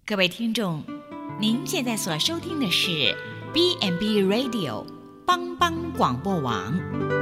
各位听众，您现在所收听的是 B&B Radio 帮帮广播网。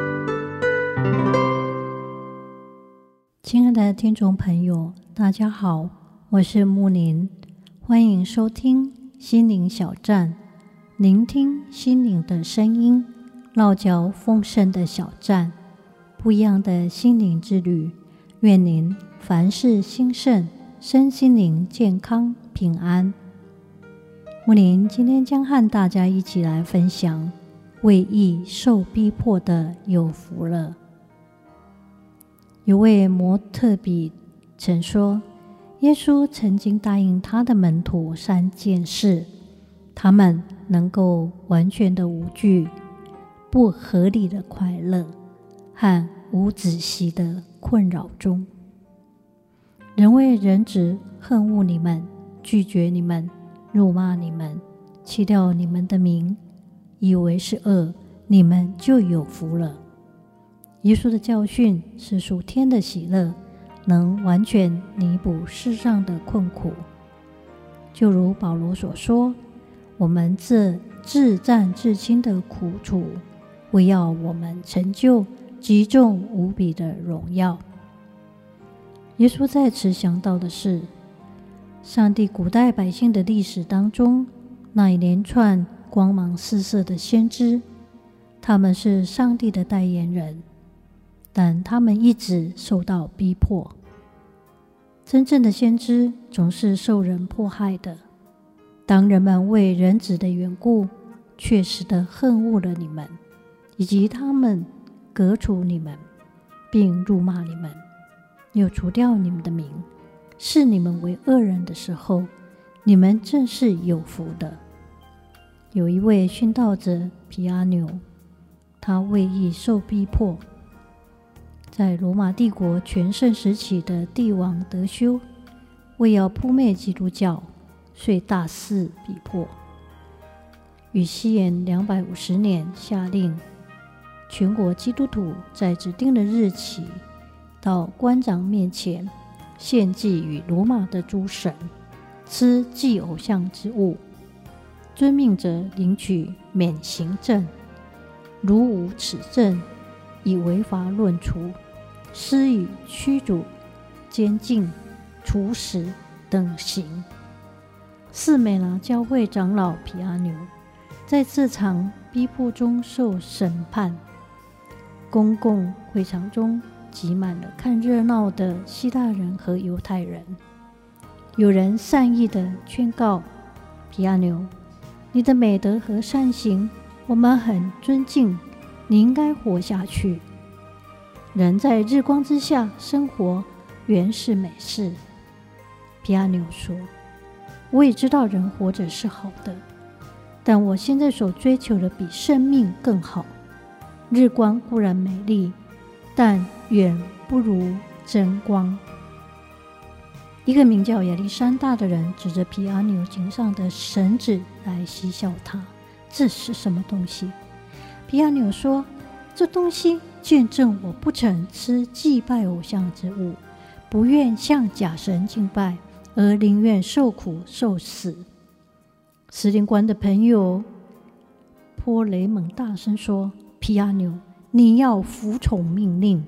亲爱的听众朋友，大家好，我是木林，欢迎收听心灵小站，聆听心灵的声音，落脚丰盛的小站，不一样的心灵之旅。愿您凡事兴盛，身心灵健康平安。木林今天将和大家一起来分享，为义受逼迫的有福了。有位摩特比曾说，耶稣曾经答应他的门徒3件事，他们能够完全的无惧，不合理的快乐和无止息的困扰中。人为人子恨恶你们，拒绝你们，辱骂你们，弃掉你们的名，以为是恶，你们就有福了。耶稣的教训是属天的喜乐，能完全弥补世上的困苦。就如保罗所说，我们这至战至轻的苦楚，为要我们成就极重无比的荣耀。耶稣在此想到的是，上帝古代百姓的历史当中，那一连串光芒四射的先知，他们是上帝的代言人，但他们一直受到逼迫。真正的先知总是受人迫害的。当人们为人子的缘故，确实的恨恶了你们，以及他们革除你们，并辱骂你们，又除掉你们的名，视你们为恶人的时候，你们正是有福的。有一位殉道者皮阿纽，他为义受逼迫。在罗马帝国全盛时期的帝王德修，为要扑灭基督教，遂大肆逼迫。于西元250年下令，全国基督徒在指定的日期到官长面前献祭与罗马的诸神，吃祭偶像之物，遵命者领取免刑证，如无此证，以违法论处，施以驱逐、监禁、处死等刑。士美拿教会长老皮阿纽在这场逼迫中受审判。公共会场中挤满了看热闹的希腊人和犹太人。有人善意地劝告皮阿纽，你的美德和善行我们很尊敬，你应该活下去。人在日光之下生活原是美事。皮阿纽说，我也知道人活着是好的，但我现在所追求的比生命更好。日光固然美丽，但远不如真光。一个名叫亚历山大的人指着皮阿纽颈上的绳子来嬉笑他，这是什么东西？皮阿纽说，这东西见证我不曾吃祭拜偶像之物，不愿向假神敬拜，而宁愿受苦受死。司令官的朋友波雷蒙大声说，皮阿纽，你要服从命令。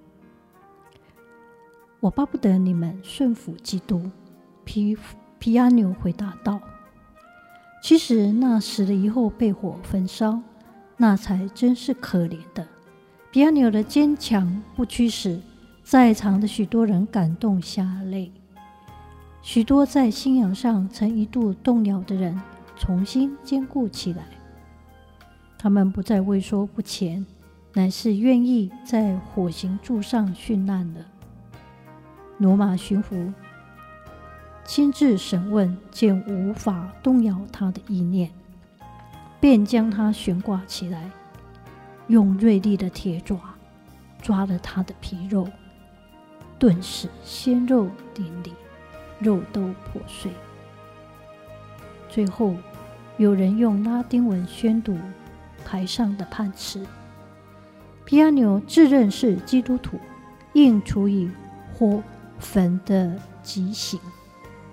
我巴不得你们顺服基督。皮阿纽回答道，其实那死了以后被火焚烧，那才真是可怜的。皮阿纽的坚强不屈使在场的许多人感动下泪。许多在信仰上曾一度动摇的人重新坚固起来，他们不再畏缩不前，乃是愿意在火刑柱上殉难了。罗马巡抚亲自审问，见无法动摇他的意念，便将他悬挂起来，用锐利的铁爪抓了他的皮肉，顿时鲜肉淋漓，肉都破碎。最后有人用拉丁文宣读牌上的判词，皮阿纽自认是基督徒，应处以火焚的极刑。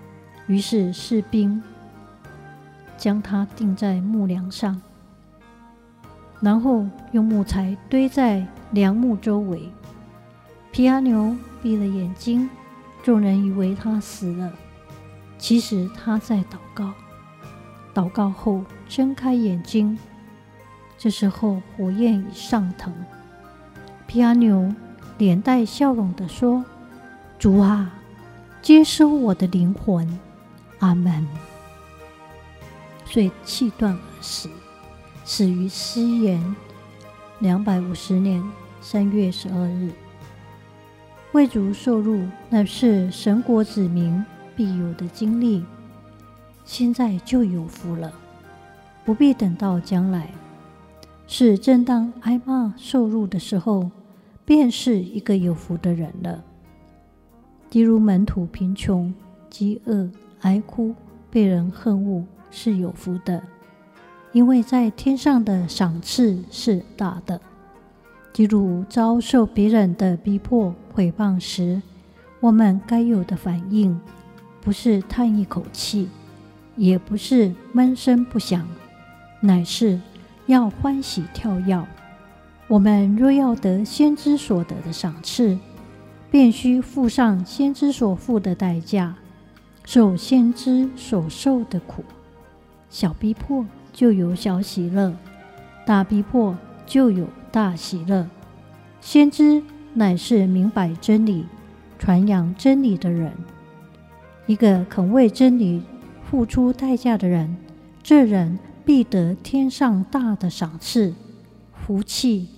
于是士兵将它钉在木梁上，然后用木材堆在梁木周围。皮阿牛闭了眼睛，众人以为他死了，其实他在祷告。祷告后睁开眼睛，这时候火焰已上腾。皮阿牛脸带笑容地说：“主啊，接收我的灵魂，阿们。”遂气断而死，死于西元250年3月12日。为主受辱，那是神国子民必有的经历，现在就有福了，不必等到将来。是正当挨骂受辱的时候，便是一个有福的人了。例如门徒贫穷、饥饿、哀哭、被人恨恶，是有福的，因为在天上的赏赐是大的。例如遭受别人的逼迫、毁谤时，我们该有的反应，不是叹一口气，也不是闷声不响，乃是要欢喜跳跃。我们若要得先知所得的赏赐，便须付上先知所付的代价，受先知所受的苦。小逼迫就有小喜乐，大逼迫就有大喜乐。先知乃是明白真理、传扬真理的人。一个肯为真理付出代价的人，这人必得天上大的赏赐、福气。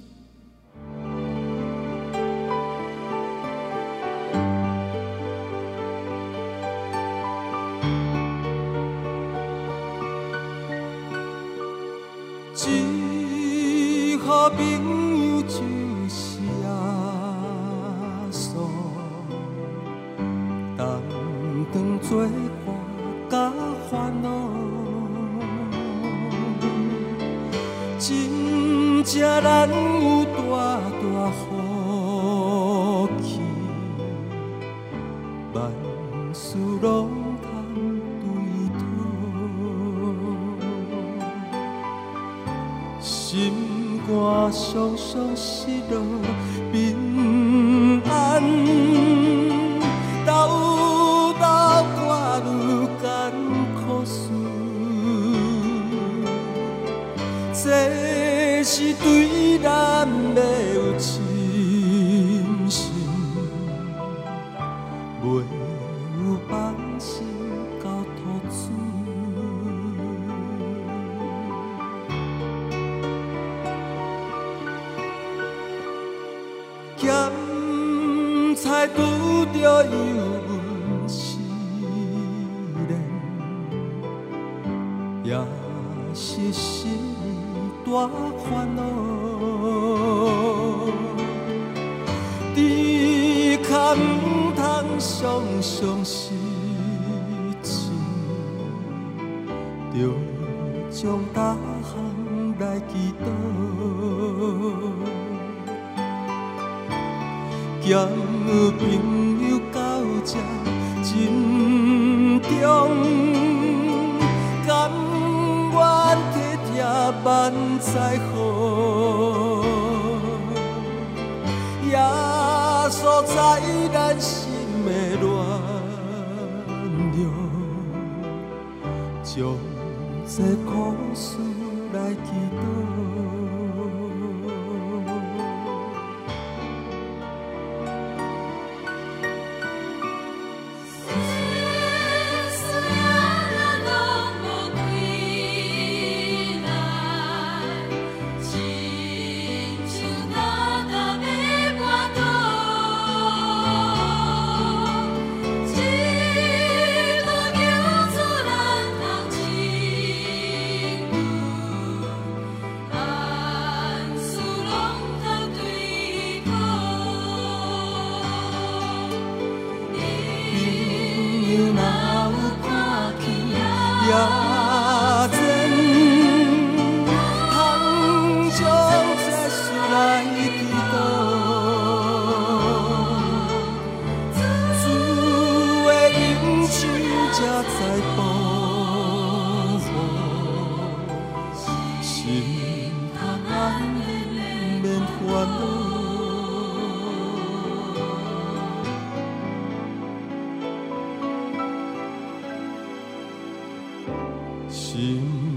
一好朋友就是耶稣，同当作伴甲烦恼，真正咱有大大福气，万事拢通对讨。心肝常常失落，平安斗挂愈艰苦事，这是对咱要有信心，袂有放心交托主。咸菜拄着油温是炼，也是心大烦恼。只可唔通常常失志，着将大项来祈祷。咸朋友到这真重，甘愿体贴万载好，耶稣知咱心的软弱，将这苦事来祈祷。也真通将这事来祈祷，主的恩手才知心。